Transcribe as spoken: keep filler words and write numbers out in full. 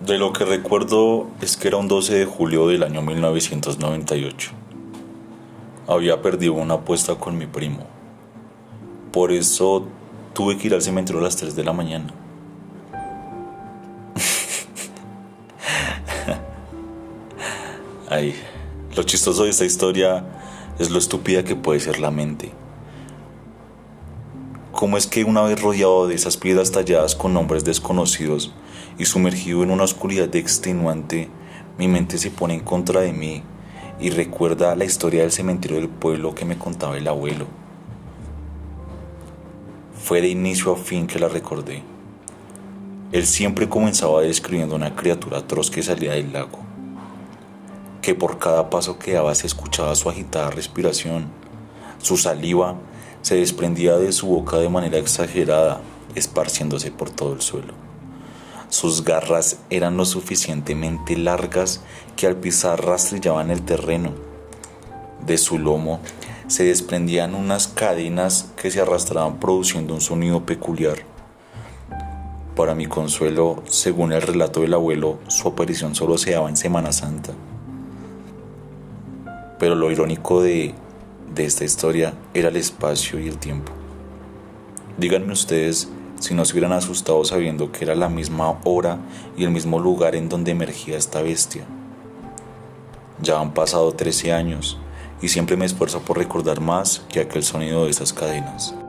De lo que recuerdo es que era un doce de julio del año mil novecientos noventa y ocho. Había perdido una apuesta con mi primo. Por eso tuve que ir al cementerio a las tres de la mañana. Ay, lo chistoso de esta historia es lo estúpida que puede ser la mente. ¿Cómo es que una vez rodeado de esas piedras talladas con nombres desconocidos y sumergido en una oscuridad extenuante, mi mente se pone en contra de mí y recuerda la historia del cementerio del pueblo que me contaba el abuelo? Fue de inicio a fin que la recordé. Él siempre comenzaba describiendo una criatura atroz que salía del lago, que por cada paso que daba se escuchaba su agitada respiración. Su saliva se desprendía de su boca de manera exagerada, esparciéndose por todo el suelo. Sus garras eran lo suficientemente largas que al pisar rastrillaban el terreno. De su lomo se desprendían unas cadenas que se arrastraban produciendo un sonido peculiar. Para mi consuelo, según el relato del abuelo, su aparición solo se daba en Semana Santa. Pero lo irónico de, de esta historia era el espacio y el tiempo. Díganme ustedes si no se hubieran asustado sabiendo que era la misma hora y el mismo lugar en donde emergía esta bestia. Ya han pasado trece años y siempre me esfuerzo por recordar más que aquel sonido de esas cadenas.